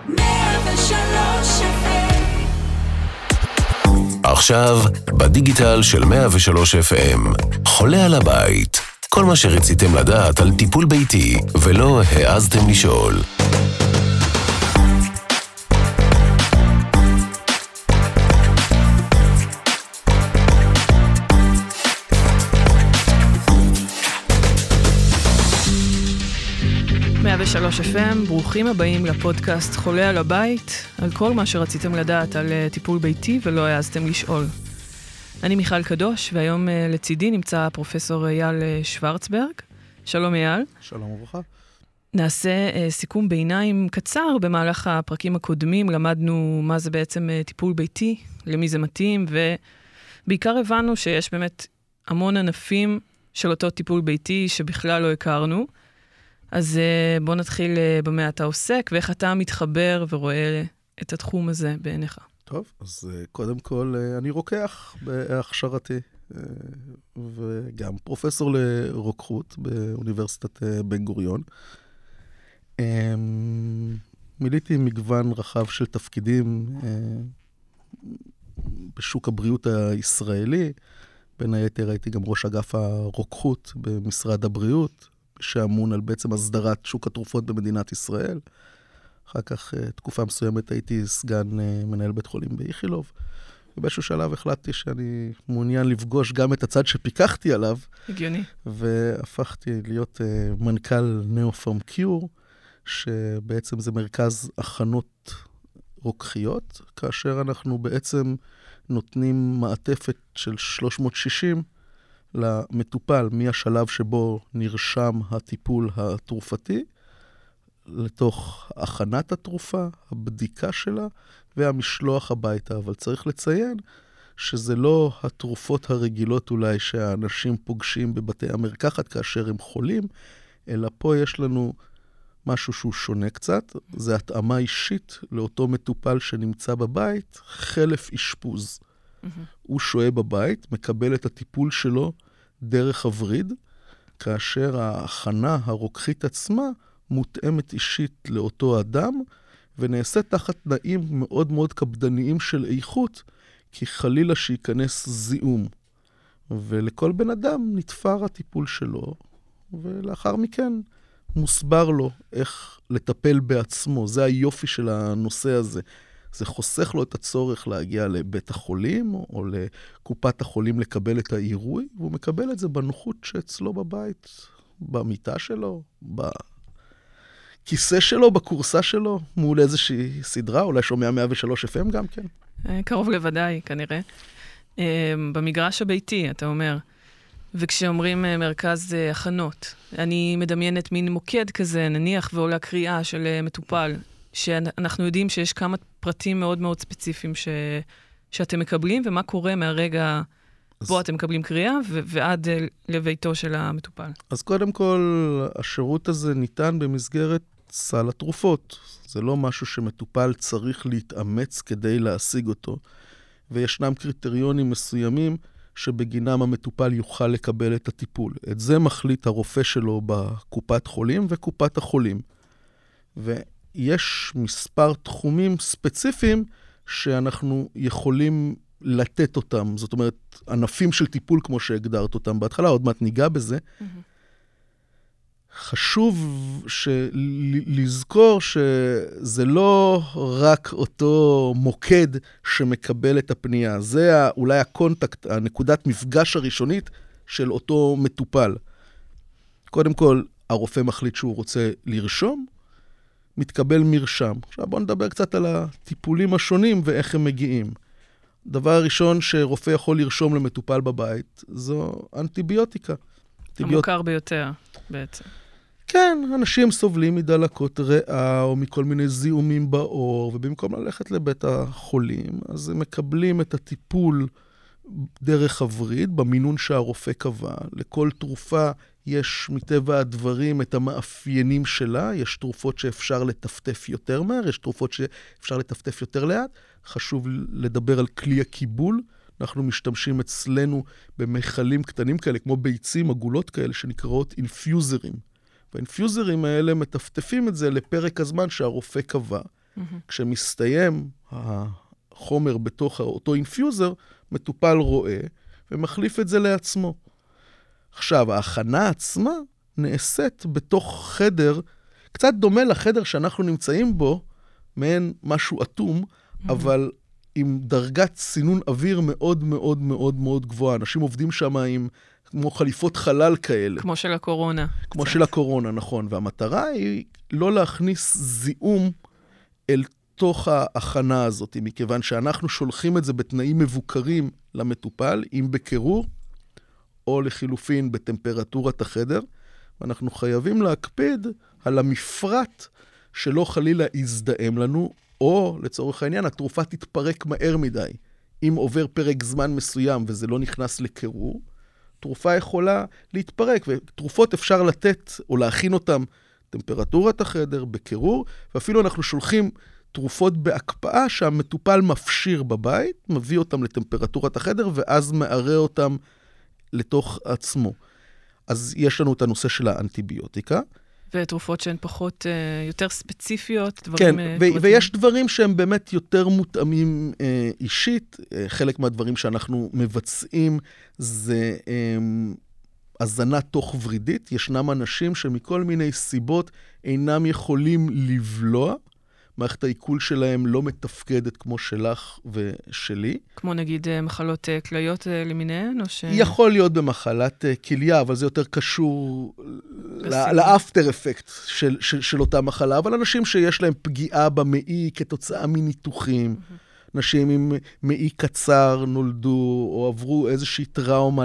103 FM. עכשיו, בדיגיטל של 103 FM, חולה על הבית. כל מה שרציתם לדעת על טיפול ביתי ולא העזתם לשאול. ב3 FM, ברוכים הבאים לפודקאסט חולה על הבית, על כל מה שרציתם לדעת על טיפול ביתי ולא העזתם לשאול. אני מיכל קדוש, והיום לצידי נמצא פרופסור אייל שוורצברג. שלום אייל. שלום וברכה. נעשה סיכום ביניים קצר. במהלך הפרקים הקודמים למדנו מה זה בעצם טיפול ביתי, למי זה מתאים, ובעיקר הבנו שיש באמת המון ענפים של אותו טיפול ביתי שבכלל לא הכרנו. אז בוא נתחיל במה אתה עוסק, ואיך אתה מתחבר ורואה את התחום הזה בעיניך. טוב, אז קודם כל אני רוקח בהכשרתי, וגם פרופסור לרוקחות באוניברסיטת בן גוריון. מילאתי מגוון רחב של תפקידים בשוק הבריאות הישראלי. בין היתר הייתי גם ראש אגף הרוקחות במשרד הבריאות, שאמון על בעצם הסדרת שוק התרופות במדינת ישראל. אחר כך, תקופה מסוימת, הייתי סגן מנהל בית חולים באיכילוב, ובאיזשהו שלב החלטתי שאני מעוניין לפגוש גם את הצד שפיקחתי עליו. הגיוני. והפכתי להיות מנכ"ל נאופרם קיור, שבעצם זה מרכז הכנות רוקחיות, כאשר אנחנו בעצם נותנים מעטפת של 360 למטופל מהשלב שבו נרשם הטיפול התרופתי, לתוך הכנת התרופה, הבדיקה שלה והמשלוח הביתה. אבל צריך לציין שזה לא התרופות הרגילות אולי שהאנשים פוגשים בבתי המרקחת כאשר הם חולים, אלא פה יש לנו משהו שהוא שונה קצת, זה התאמה אישית לאותו מטופל שנמצא בבית, חלף אשפוז. הוא שוהה בבית, מקבל את הטיפול שלו דרך הווריד, כאשר ההכנה הרוקחית עצמה מותאמת אישית לאותו אדם, ונעשית תחת תנאים מאוד מאוד קפדניים של איכות, כי חלילה שייכנס זיהום. ולכל בן אדם נתפר הטיפול שלו, ולאחר מכן מוסבר לו איך לטפל בעצמו. זה היופי של הנושא הזה. זה חוסך לו את הצורך להגיע לבית החולים או לקופת החולים לקבל את העירוי, והוא מקבל את זה בנוחות שאצלו בבית, במיטה שלו, בכיסא שלו, בקורסה שלו, מול איזושהי סדרה, אולי שומע 103 FM גם כן. קרוב לוודאי, כנראה. במגרש הביתי, אתה אומר, וכשאומרים מרכז הכנות, אני מדמיינת מין מוקד כזה, נניח ועולה קריאה של מטופל, שאנחנו יודעים שיש כמה פרטים מאוד מאוד ספציפיים שאתם מקבלים, ומה קורה מהרגע בו אתם מקבלים קריאה, ועד לביתו של המטופל. אז קודם כל, השירות הזה ניתן במסגרת סל התרופות. זה לא משהו שמטופל צריך להתאמץ כדי להשיג אותו, וישנם קריטריונים מסוימים שבגינם המטופל יוכל לקבל את הטיפול. את זה מחליט הרופא שלו בקופת חולים וקופת החולים. יש מספר תחומים ספציפיים שאנחנו יכולים לתת אותם. זאת אומרת, ענפים של טיפול כמו שהגדרת אותם בהתחלה, עוד מעט ניגע בזה. חשוב לזכור שזה לא רק אותו מוקד שמקבל את הפנייה. זה אולי הקונטקט, הנקודת מפגש הראשונית של אותו מטופל. קודם כל, הרופא מחליט שהוא רוצה לרשום, מתקבל מרשם. עכשיו בואו נדבר קצת על הטיפולים השונים ואיך הם מגיעים. דבר הראשון שרופא יכול לרשום למטופל בבית, זו אנטיביוטיקה. המוכר ביותר בעצם. כן, אנשים סובלים מדלקות ריאה או מכל מיני זיהומים בעור, ובמקום ללכת לבית החולים, אז הם מקבלים את הטיפול דרך הווריד, במינון שהרופא קבע. לכל תרופה יש מטבע הדברים את המאפיינים שלה, יש תרופות שאפשר לטפטף יותר מהר, יש תרופות שאפשר לטפטף יותר לאט. חשוב לדבר על כלי הקיבול. אנחנו משתמשים אצלנו במחלים קטנים כאלה, כמו ביצים, עגולות כאלה, שנקראות אינפיוזרים. והאינפיוזרים האלה מטפטפים את זה לפרק הזמן שהרופא קבע. כשמסתיים החומר בתוך אותו אינפיוזר, מטופל רואה ומחליף את זה לעצמו. עכשיו, ההכנה עצמה נעשית בתוך חדר, קצת דומה לחדר שאנחנו נמצאים בו, מעין משהו אטום, אבל עם דרגת סינון אוויר מאוד מאוד מאוד מאוד גבוהה. אנשים עובדים שם עם כמו חליפות חלל כאלה. כמו של הקורונה. כמו של הקורונה, נכון. והמטרה היא לא להכניס זיהום אל תוך ההכנה הזאת, מכיוון שאנחנו שולחים את זה בתנאים מבוקרים למטופל, אם בקירור, או לחילופין בטמפרטורת החדר, ואנחנו חייבים להקפיד על המפרט שלא חלילה יזדהם לנו, או לצורך העניין, התרופה תתפרק מהר מדי. אם עובר פרק זמן מסוים וזה לא נכנס לקירור, תרופה יכולה להתפרק, ותרופות אפשר לתת או להכין אותם טמפרטורת החדר, בקירור, ואפילו אנחנו שולחים תרופות בהקפאה שהמטופל מפשיר בבית, מביא אותם לטמפרטורת החדר, ואז מערה אותם לתוך עצמו. אז יש לנו את הנושא של האנטיביוטיקה. ותרופות שהן פחות, יותר ספציפיות, דברים... כן, ויש דברים שהם באמת יותר מותאמים אישית. חלק מהדברים שאנחנו מבצעים זה הזנה תוך ורידית. ישנם אנשים שמכל מיני סיבות אינם יכולים לבלוע, מערכת העיכול שלהם לא מתפקדת כמו שלך ושלי. כמו נגיד מחלות כליות למיניהן, או ש... יכול להיות במחלת כליה, אבל זה יותר קשור לאפטר אפקט של אותה מחלה. אבל אנשים שיש להם פגיעה במעי כתוצאה מניתוחים, אנשים עם מעי קצר נולדו או עברו איזושהי טראומה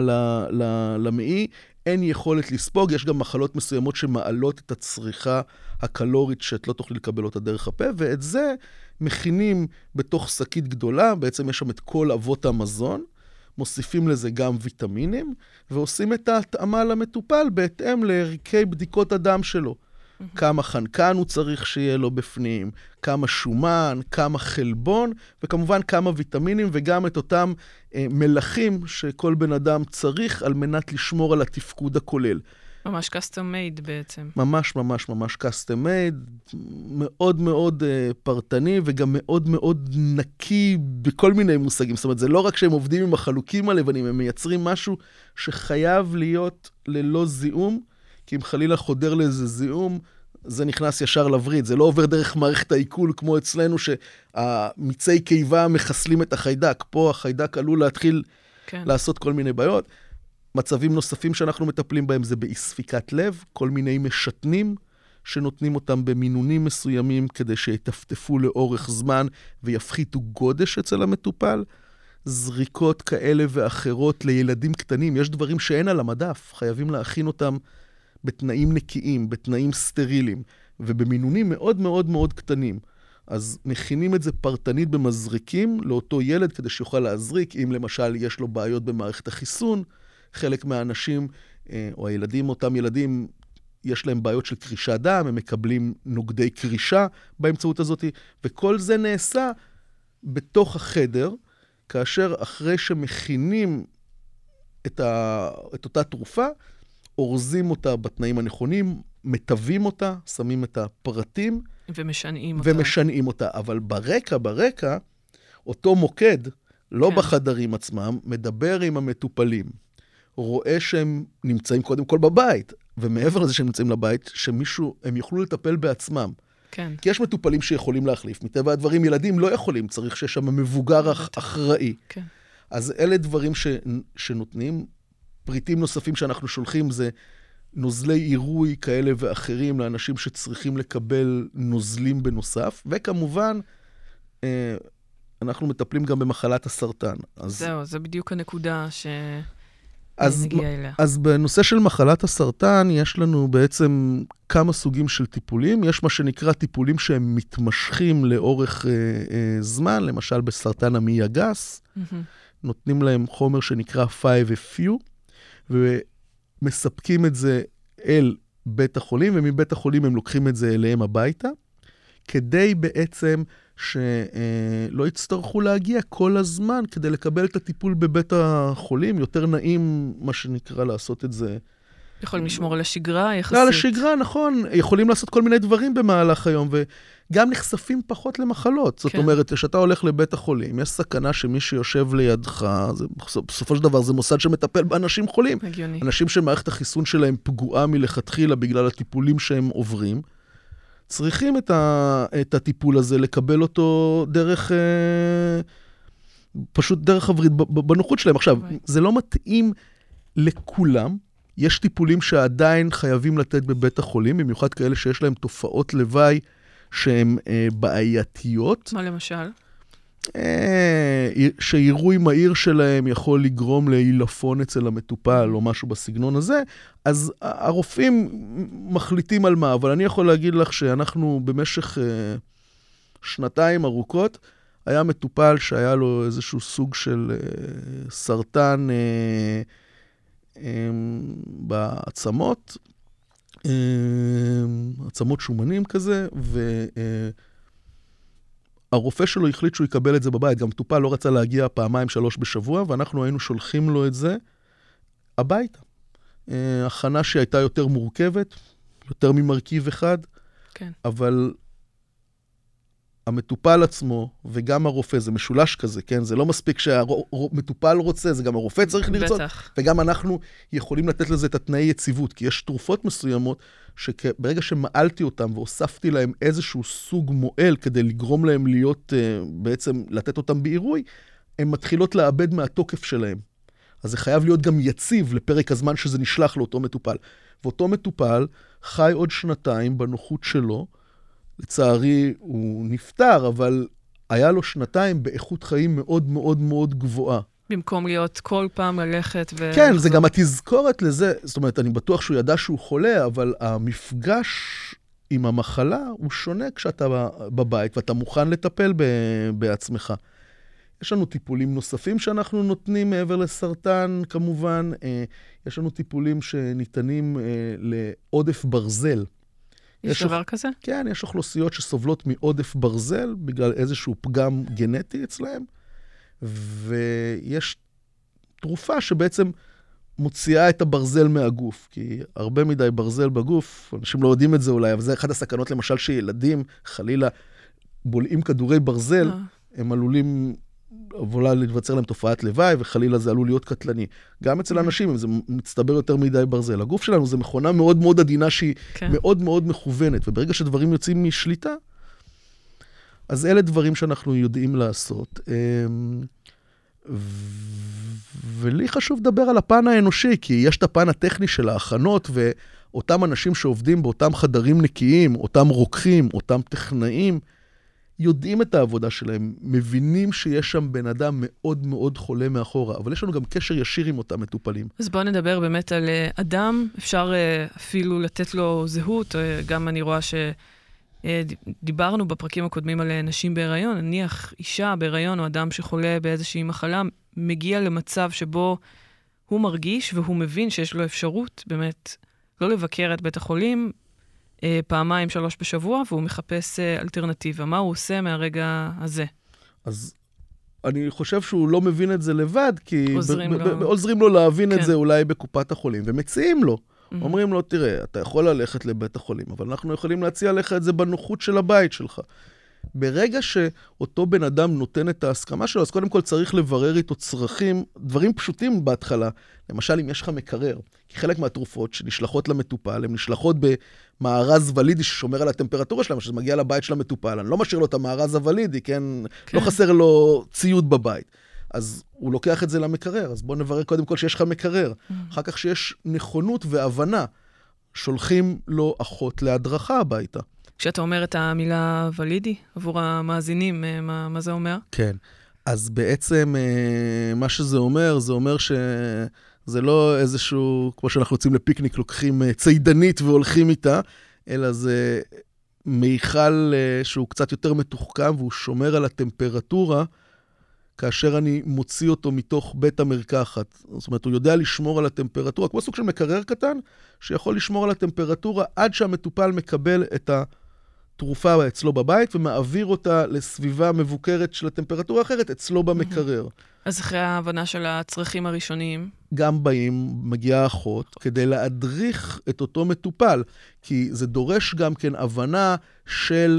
למעי, אין יכולת לספוג. יש גם מחלות מסוימות שמעלות את הצריכה הקלורית שאת לא תוכלי לקבל אותה דרך הפה, ואת זה מכינים בתוך שקית גדולה, בעצם יש שם את כל אבות המזון, מוסיפים לזה גם ויטמינים, ועושים את ההתאמה למטופל בהתאם לערכי בדיקות הדם שלו. כמה חנקן הוא צריך שיהיה לו בפנים, כמה שומן, כמה חלבון, וכמובן כמה ויטמינים, וגם את אותם מלחים שכל בן אדם צריך על מנת לשמור על התפקוד הכולל. ממש custom made בעצם. ממש ממש ממש custom made, מאוד מאוד פרטני, וגם מאוד מאוד נקי בכל מיני מושגים. זאת אומרת, זה לא רק שהם עובדים עם החלוקים הלבנים, הם מייצרים משהו שחייב להיות ללא זיהום, כי אם חלילה חודר לאיזה זיהום, זה נכנס ישר לווריד. זה לא עובר דרך מערכת העיכול כמו אצלנו, שהמיצי קיבה מחסלים את החיידק. פה החיידק עלול להתחיל לעשות כל מיני בעיות. מצבים נוספים שאנחנו מטפלים בהם זה באי-ספיקת לב, כל מיני משתנים שנותנים אותם במינונים מסוימים כדי שיטפטפו לאורך זמן ויפחיתו גודש אצל המטופל. זריקות כאלה ואחרות לילדים קטנים. יש דברים שאין על המדף, חייבים להכין אותם בתנאים נקיים, בתנאים סטרילים, ובמינונים מאוד מאוד מאוד קטנים. אז מכינים את זה פרטנית במזריקים לאותו ילד כדי שיוכל להזריק, אם למשל יש לו בעיות במערכת החיסון, חלק מהאנשים או הילדים, אותם ילדים, יש להם בעיות של קרישת דם, הם מקבלים נוגדי קרישה באמצעות הזאת, וכל זה נעשה בתוך החדר, כאשר אחרי שמכינים את אותה תרופה, אורזים אותה בתנאים הנכונים, מטבים אותה, שמים את הפרטים, ומשנעים אותה. אבל ברקע, אותו מוקד, לא בחדרים עצמם, מדבר עם המטופלים. רואה שהם נמצאים קודם כל בבית, ומעבר לזה שהם נמצאים לבית, הם יוכלו לטפל בעצמם. כן. כי יש מטופלים שיכולים להחליף. מטבע הדברים, ילדים לא יכולים, צריך שיש שם מבוגר אחראי. כן. אז אלה דברים שנותנים. פריטים נוספים שאנחנו שולחים זה נוזלי עירוי כאלה ואחרים לאנשים שצריכים לקבל נוזלים בנוסף, וכמובן אנחנו מטפלים גם במחלת הסרטן. זהו, זה בדיוק הנקודה שנגיע אליה. אז בנושא של מחלת הסרטן יש לנו בעצם כמה סוגים של טיפולים. יש מה שנקרא טיפולים שהם מתמשכים לאורך זמן, למשל בסרטן המעי הגס, נותנים להם חומר שנקרא 5FU, ומספקים את זה אל בית החולים, ומבית החולים הם לוקחים את זה אליהם הביתה, כדי בעצם שלא יצטרכו להגיע כל הזמן כדי לקבל את הטיפול בבית החולים. יותר נעים, מה שנקרא, לעשות את זה יכולים לשמור על השגרה יחסית. לא, על השגרה, נכון. יכולים לעשות כל מיני דברים במהלך היום, וגם נחשפים פחות למחלות. זאת אומרת, כשאתה הולך לבית החולים, יש סכנה שמי שיושב לידך, בסופו של דבר זה מוסד שמטפל באנשים חולים. הגיוני. אנשים שמערכת החיסון שלהם פגועה מלכתחילה בגלל הטיפולים שהם עוברים, צריכים את הטיפול הזה, לקבל אותו דרך, פשוט דרך הברית בנוחות שלהם. עכשיו, זה לא מתאים לכולם. יש טיפולים שעדיין חייבים לתת בבית החולים, במיוחד כאלה שיש להם תופעות לוואי שהן בעייתיות. מה למשל? שעירוי מהיר שלהם יכול לגרום לעילפון אצל המטופל או משהו בסגנון הזה, אז הרופאים מחליטים על מה, אבל אני יכול להגיד לך שאנחנו במשך שנתיים ארוכות, היה מטופל שהיה לו איזשהו סוג של סרטן בעצמות, עצמות שומנים כזה, הרופא שלו החליט שהוא יקבל את זה בבית, גם מטופל לא רצה להגיע 2-3 בשבוע, ואנחנו היינו שולחים לו את זה הביתה. הכנה שהייתה יותר מורכבת, יותר ממרכיב אחד, כן. אבל המטופל עצמו וגם הרופא, זה משולש כזה, כן? זה לא מספיק שהמטופל רוצה, זה גם הרופא צריך לרצות, וגם אנחנו יכולים לתת לזה את התנאי יציבות, כי יש תרופות מסוימות שברגע שמעלתי אותם והוספתי להם איזשהו סוג מועל כדי לגרום להם להיות, בעצם לתת אותם בעירוי, הן מתחילות לאבד מהתוקף שלהם. אז זה חייב להיות גם יציב לפרק הזמן שזה נשלח לאותו מטופל. ואותו מטופל חי עוד שנתיים בנוחות שלו, לצערי הוא נפטר, אבל היה לו שנתיים באיכות חיים מאוד מאוד מאוד גבוהה. במקום להיות כל פעם ללכת כן, זה גם התזכורת לזה, זאת אומרת, אני בטוח שהוא ידע שהוא חולה, אבל המפגש עם המחלה הוא שונה כשאתה בבית, ואתה מוכן לטפל בעצמך. יש לנו טיפולים נוספים שאנחנו נותנים מעבר לסרטן, כמובן. יש לנו טיפולים שניתנים לעודף ברזל. יש דבר כזה? כן, יש אוכלוסיות שסובלות מעודף ברזל, בגלל איזשהו פגם גנטי אצלהם, ויש תרופה שבעצם מוציאה את הברזל מהגוף, כי הרבה מדי ברזל בגוף, אנשים לא יודעים את זה אולי, אבל זה אחד הסכנות, למשל, שילדים, חלילה, בולעים כדורי ברזל, הם עלולים אולי להתבצר להם תופעת לוואי, וחלילה זה עלול להיות קטלני. גם אצל אנשים, אם זה מצטבר יותר מדי ברזל. הגוף שלנו זה מכונה מאוד מאוד עדינה, שהיא מאוד מאוד מכוונת, וברגע שדברים יוצאים משליטה, אז אלה דברים שאנחנו יודעים לעשות. ולי חשוב לדבר על הפן האנושי, כי יש את הפן הטכני של ההכנות, ואותם אנשים שעובדים באותם חדרים נקיים, אותם רוקחים, אותם טכנאים, יודעים את העבודה שלהם, מבינים שיש שם בן אדם מאוד מאוד חולה מאחורה, אבל יש לנו גם קשר ישיר עם אותם מטופלים. אז בואו נדבר באמת על אדם, אפשר אפילו לתת לו זהות, גם אני רואה שדיברנו בפרקים הקודמים על נשים בהיריון, נניח אישה בהיריון או אדם שחולה באיזושהי מחלה, מגיע למצב שבו הוא מרגיש והוא מבין שיש לו אפשרות באמת לא לבקר את בית החולים, 2-3 בשבוע, והוא מחפש אלטרנטיבה. מה הוא עושה מהרגע הזה? אז אני חושב שהוא לא מבין את זה לבד, כי עוזרים לו להבין את זה אולי בקופת החולים, ומציעים לו. אומרים לו, תראה, אתה יכול ללכת לבית החולים, אבל אנחנו יכולים להציע לך את זה בנוחות של הבית שלך. ברגע שאותו בן אדם נותן את ההסכמה שלו, אז קודם כל צריך לברר איתו צרכים, דברים פשוטים בהתחלה. למשל, אם יש לך מקרר, כי חלק מהתרופות שנשלחות למטופל, הן נשלחות במארז ולידי ששומר על הטמפרטורה שלהם, שזה מגיע לבית של המטופל. אני לא משאיר לו את המארז הוולידי, כן? לא חסר לו ציוד בבית. אז הוא לוקח את זה למקרר, אז בוא נברר קודם כל שיש לך מקרר. אחר כך שיש נכונות והבנה, שולחים לו אחות להדרכה הביתה. כשאתה אומר את המילה ולידי, עבור המאזינים, מה זה אומר? כן, אז בעצם מה שזה אומר, זה אומר שזה לא איזשהו, כמו שאנחנו יוצאים לפיקניק, לוקחים ציידנית והולכים איתה, אלא זה מיכל שהוא קצת יותר מתוחכם, והוא שומר על הטמפרטורה, כאשר אני מוציא אותו מתוך בית המרקחת. זאת אומרת, הוא יודע לשמור על הטמפרטורה, כמו סוג של מקרר קטן, שיכול לשמור על הטמפרטורה עד שהמטופל מקבל את התרופה אצלו בבית, ומעביר אותה לסביבה מבוקרת של הטמפרטורה אחרת אצלו במקרר. אז אחרי ההבנה של הצרכים הראשוניים, גם מגיעה אחות, כדי להדריך את אותו מטופל, כי זה דורש גם כן הבנה של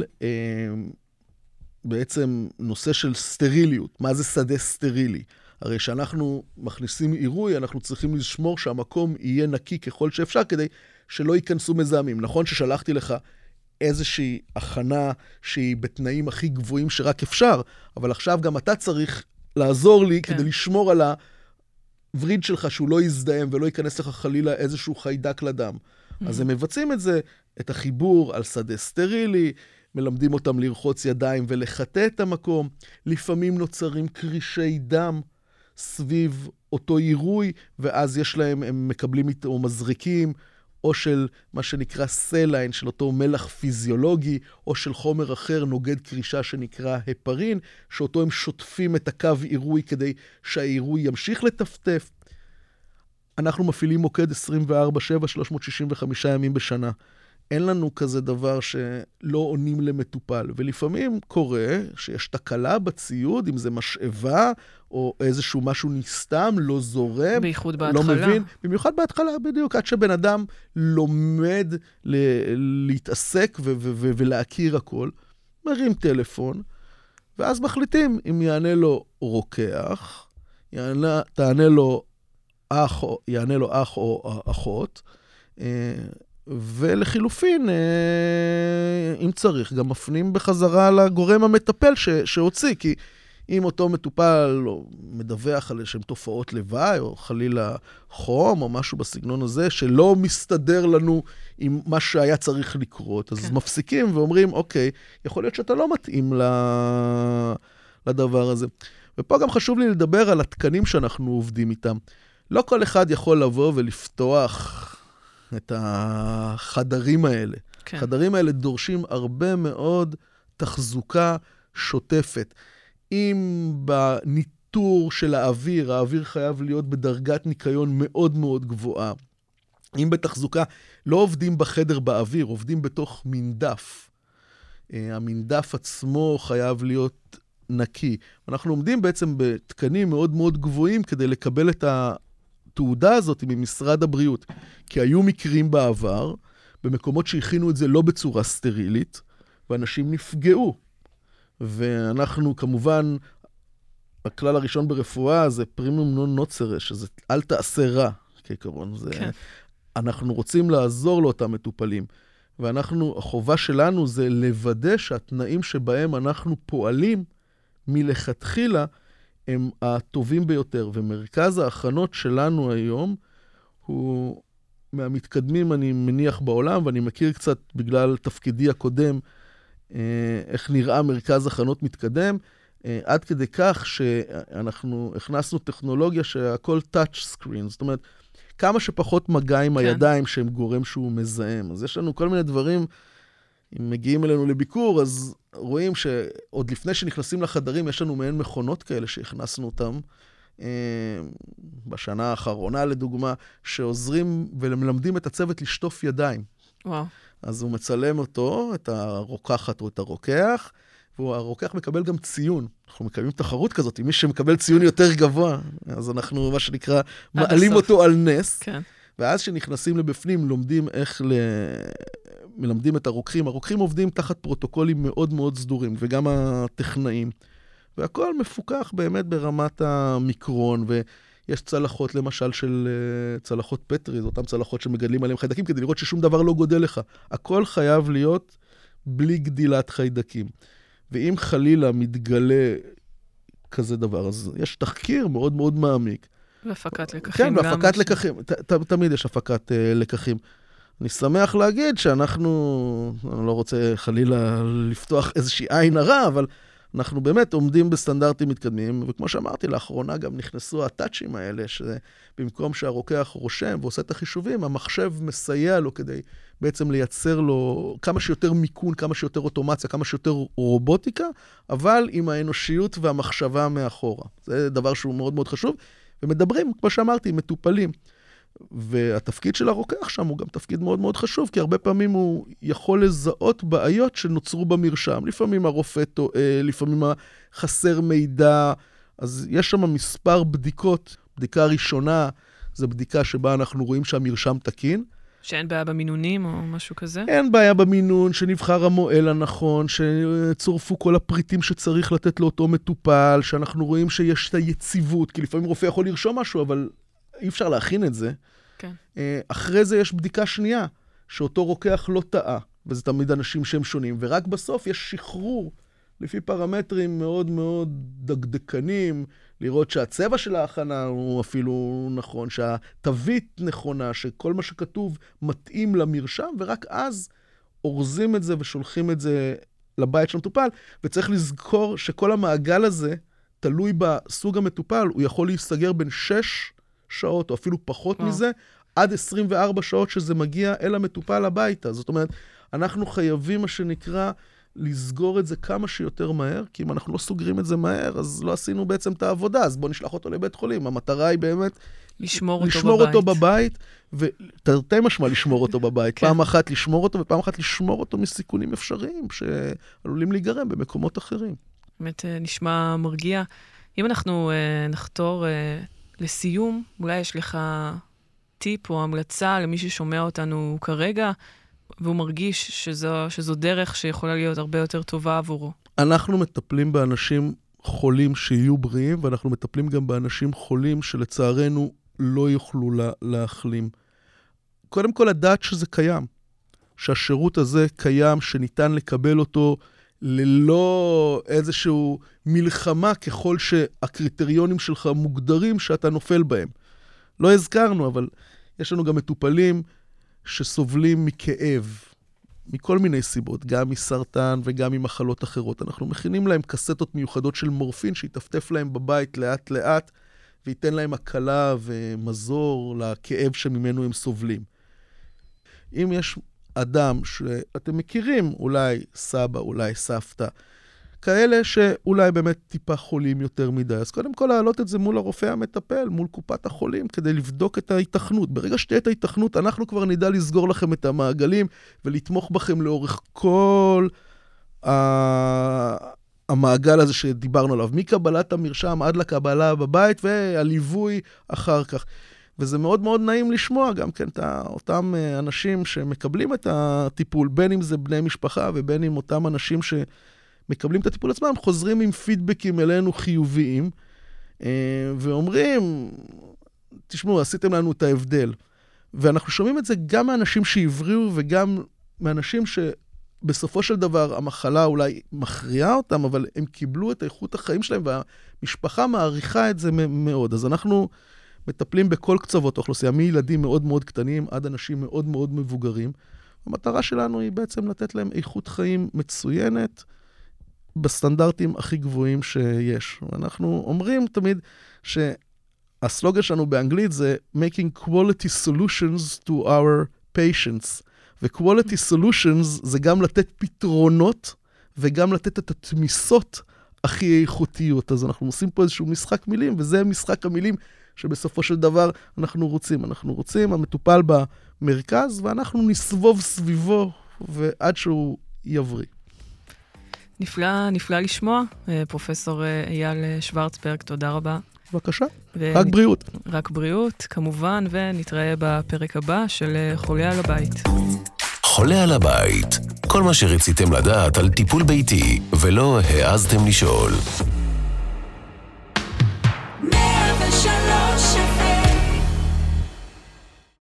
בעצם נושא של סטריליות. מה זה שדה סטרילי? הרי שאנחנו מכניסים עירוי, אנחנו צריכים לשמור שהמקום יהיה נקי ככל שאפשר, כדי שלא ייכנסו מזהמים. נכון ששלחתי לך איזושהי הכנה שהיא בתנאים הכי גבוהים שרק אפשר, אבל עכשיו גם אתה צריך לעזור לי כדי לשמור על הווריד שלך שהוא לא יזדהם ולא ייכנס לך חלילה איזשהו חיידק לדם. אז הם מבצעים את זה, את החיבור על שדה סטרילי, מלמדים אותם לרחוץ ידיים ולחטא את המקום. לפעמים נוצרים קרישי דם סביב אותו עירוי, ואז יש להם, הם מקבלים איתו מזריקים, או של מה שנקרא סליין, של אותו מלח פיזיולוגי, או של חומר אחר נוגד קרישה שנקרא הפרין, שאותו הם שוטפים את הקו עירוי כדי שהעירוי ימשיך לטפטף. אנחנו מפעילים מוקד 24/7, 365 ימים בשנה. אין לנו כזה דבר שלא עונים למטופל, ולפעמים קורה שיש תקלה בציוד, אם זה משאבה, או איזשהו משהו נסתם, לא זורם, בייחוד לא בהתחלה. מבין. במיוחד בהתחלה, בדיוק, עד שבן אדם לומד להתעסק ולהכיר הכל, מרים טלפון, ואז מחליטים אם יענה לו רוקח, יענה לו אח או אחות, ולחילופין, אם צריך, גם מפנים בחזרה לגורם המטפל שהוציא, כי אם אותו מטופל מדווח על איזשהם תופעות לוואי, או חלילה חום, או משהו בסגנון הזה, שלא מסתדר לנו עם מה שהיה צריך לקרות, אז מפסיקים ואומרים, אוקיי, יכול להיות שאתה לא מתאים לדבר הזה. ופה גם חשוב לי לדבר על התקנים שאנחנו עובדים איתם. לא כל אחד יכול לבוא ולפתוח את החדרים האלה. כן. החדרים האלה דורשים הרבה מאוד תחזוקה שוטפת. אם בניטור של האוויר חייב להיות בדרגת ניקיון מאוד מאוד גבוהה. אם בתחזוקה, לא עובדים בחדר באוויר, עובדים בתוך מנדף. המנדף עצמו חייב להיות נקי. אנחנו עומדים בעצם בתקנים מאוד מאוד גבוהים כדי לקבל את התעודה הזאת ממשרד הבריאות. כי היו מקרים בעבר, במקומות שהכינו את זה לא בצורה סטרילית, ואנשים נפגעו. ואנחנו כמובן, הכלל הראשון ברפואה זה פרימיום נון נוצרה, שזה אל תעשה רע, כעיקרון. כן. אנחנו רוצים לעזור לאותם מטופלים. ואנחנו, החובה שלנו זה לוודא שהתנאים שבהם אנחנו פועלים מלכתחילה, הם הטובים ביותר. ומרכז ההכנות שלנו היום הוא מהמתקדמים, אני מניח, בעולם, ואני מכיר קצת בגלל תפקידי הקודם, איך נראה מרכז הכנות מתקדם, עד כדי כך שאנחנו הכנסנו טכנולוגיה שהכל touch screen, זאת אומרת, כמה שפחות מגע עם הידיים שהם גורם שהוא מזהם. אז יש לנו כל מיני דברים, אם מגיעים אלינו לביקור, אז רואים שעוד לפני שנכנסים לחדרים, יש לנו מעין מכונות כאלה שהכנסנו אותם, בשנה האחרונה לדוגמה, שעוזרים ומלמדים את הצוות לשטוף ידיים. וואו. אז הוא מצלם אותו, את הרוקחת או את הרוקח, והרוקח מקבל גם ציון. אנחנו מקבלים תחרות כזאת, מי שמקבל ציון יותר גבוה, אז אנחנו, מה שנקרא, מעלים אותו על נס. כן. ואז שנכנסים לבפנים, לומדים מלמדים את הרוקחים. הרוקחים עובדים תחת פרוטוקולים מאוד מאוד סדורים, וגם הטכנאים. והכל מפוקח באמת ברמת המיקרון, ויש צלחות למשל של צלחות פטרי, זה אותם צלחות שמגדלים עליהם חיידקים, כדי לראות ששום דבר לא גודל לך. הכל חייב להיות בלי גדילת חיידקים. ואם חלילה מתגלה כזה דבר, אז יש תחקיר מאוד מאוד מעמיק. והפקת לקחים. כן, והפקת לקחים. תמיד יש הפקת לקחים. אני שמח להגיד שאנחנו, אני לא רוצה חלילה לפתוח איזושהי עין הרע, אבל אנחנו באמת עומדים בסטנדרטים מתקדמים, וכמו שאמרתי, לאחרונה גם נכנסו הטאצ'ים האלה, שבמקום שהרוקח רושם ועושה את החישובים, המחשב מסייע לו כדי בעצם לייצר לו כמה שיותר מיקון, כמה שיותר אוטומציה, כמה שיותר רובוטיקה, אבל עם האנושיות והמחשבה מאחורה. זה דבר שהוא מאוד מאוד חשוב, ומדברים, כמו שאמרתי, עם מטופלים. והתפקיד של הרוקח שם הוא גם תפקיד מאוד מאוד חשוב, כי הרבה פעמים הוא יכול לזהות בעיות שנוצרו במרשם. לפעמים הרופא טועה, לפעמים חסר מידע, אז יש שם מספר בדיקות. בדיקה ראשונה זו בדיקה שבה אנחנו רואים שהמרשם תקין. שאין בעיה במינונים או משהו כזה? אין בעיה במינון, שנבחר המועל הנכון, שצורפו כל הפריטים שצריך לתת לאותו מטופל, שאנחנו רואים שיש את היציבות, כי לפעמים רופא יכול לרשום משהו, אבל אי אפשר להכין את זה. כן. אחרי זה יש בדיקה שנייה, שאותו רוקח לא טעה, וזה תמיד אנשים שהם שונים, ורק בסוף יש שחרור, לפי פרמטרים מאוד מאוד דקדקנים, לראות שהצבע של ההכנה הוא אפילו נכון, שהתווית נכונה, שכל מה שכתוב מתאים למרשם, ורק אז אורזים את זה ושולחים את זה לבית של המטופל, וצריך לזכור שכל המעגל הזה, תלוי בסוג המטופל, הוא יכול להיסגר בין 6 שעות, או אפילו פחות מזה, עד 24 שעות שזה מגיע אל המטופל הביתה. זאת אומרת, אנחנו חייבים מה שנקרא לסגור את זה כמה שיותר מהר, כי אם אנחנו לא סוגרים את זה מהר, אז לא עשינו בעצם את העבודה, אז בוא נשלח אותו לבית חולים. המטרה היא באמת לשמור אותו בבית, ותרתי משמע לשמור אותו בבית. פעם אחת לשמור אותו, ופעם אחת לשמור אותו מסיכונים אפשריים, שעלולים להיגרם במקומות אחרים. באמת נשמע מרגיע. אם אנחנו נחתור לסיום, אולי יש לך טיפ או המלצה למי ששומע אותנו כרגע, והוא מרגיש שזו דרך שיכולה להיות הרבה יותר טובה עבורו. אנחנו מטפלים באנשים חולים שיהיו בריאים, ואנחנו מטפלים גם באנשים חולים שלצערנו לא יוכלו להחלים. קודם כל לדעת שזה קיים, שהשירות הזה קיים, שניתן לקבל אותו ללא איזשהו מלחמה ככל שהקריטריונים שלך מוגדרים שאתה נופל בהם. לא הזכרנו, אבל יש לנו גם מטופלים שסובלים מכאב, מכל מיני סיבות, גם מסרטן וגם ממחלות אחרות. אנחנו מכינים להם קסטות מיוחדות של מורפין, שיטפטף להם בבית לאט לאט, וייתן להם הקלה ומזור לכאב שממנו הם סובלים. אם יש אדם שאתם מכירים, אולי סבא, אולי סבתא, כאלה שאולי באמת טיפה חולים יותר מדי, אז קודם כל להעלות את זה מול הרופא המטפל, מול קופת החולים, כדי לבדוק את ההיתכנות. ברגע שתהיה את ההיתכנות, אנחנו כבר נדע לסגור לכם את המעגלים, ולתמוך בכם לאורך כל המעגל הזה שדיברנו עליו, מקבלת המרשם עד לקבלה בבית, והליווי אחר כך. וזה מאוד מאוד נעים לשמוע גם כן את אותם אנשים שמקבלים את הטיפול, בין אם זה בני משפחה, ובין אם אותם אנשים מקבלים את הטיפול עצמם, חוזרים עם פידבקים אלינו חיוביים, ואומרים, תשמעו, עשיתם לנו את ההבדל. ואנחנו שומעים את זה גם מאנשים שהבריאו, וגם מאנשים שבסופו של דבר המחלה אולי מכריעה אותם, אבל הם קיבלו את איכות החיים שלהם, והמשפחה מעריכה את זה מאוד. אז אנחנו מטפלים בכל קצוות האוכלוסייה, מילדים מאוד מאוד קטנים, עד אנשים מאוד מאוד מבוגרים. המטרה שלנו היא בעצם לתת להם איכות חיים מצוינת, בסטנדרטים הכי גבוהים שיש. ואנחנו אומרים תמיד שהסלוגן שלנו באנגלית זה making quality solutions to our patients. ו-quality solutions זה גם לתת פתרונות, וגם לתת את התמיסות הכי איכותיות. אז אנחנו עושים פה איזשהו משחק מילים, וזה משחק המילים שבסופו של דבר אנחנו רוצים. אנחנו רוצים המטופל במרכז, ואנחנו נסבוב סביבו, ועד שהוא יבריא. נפלא לשמוע. פרופסור אייל שוורצברג, תודה רבה. בבקשה, רק בריאות. רק בריאות, כמובן, ונתראה בפרק הבא של חולה על הבית. חולה על הבית, כל מה שרציתם לדעת על טיפול ביתי ולא העזתם לשאול.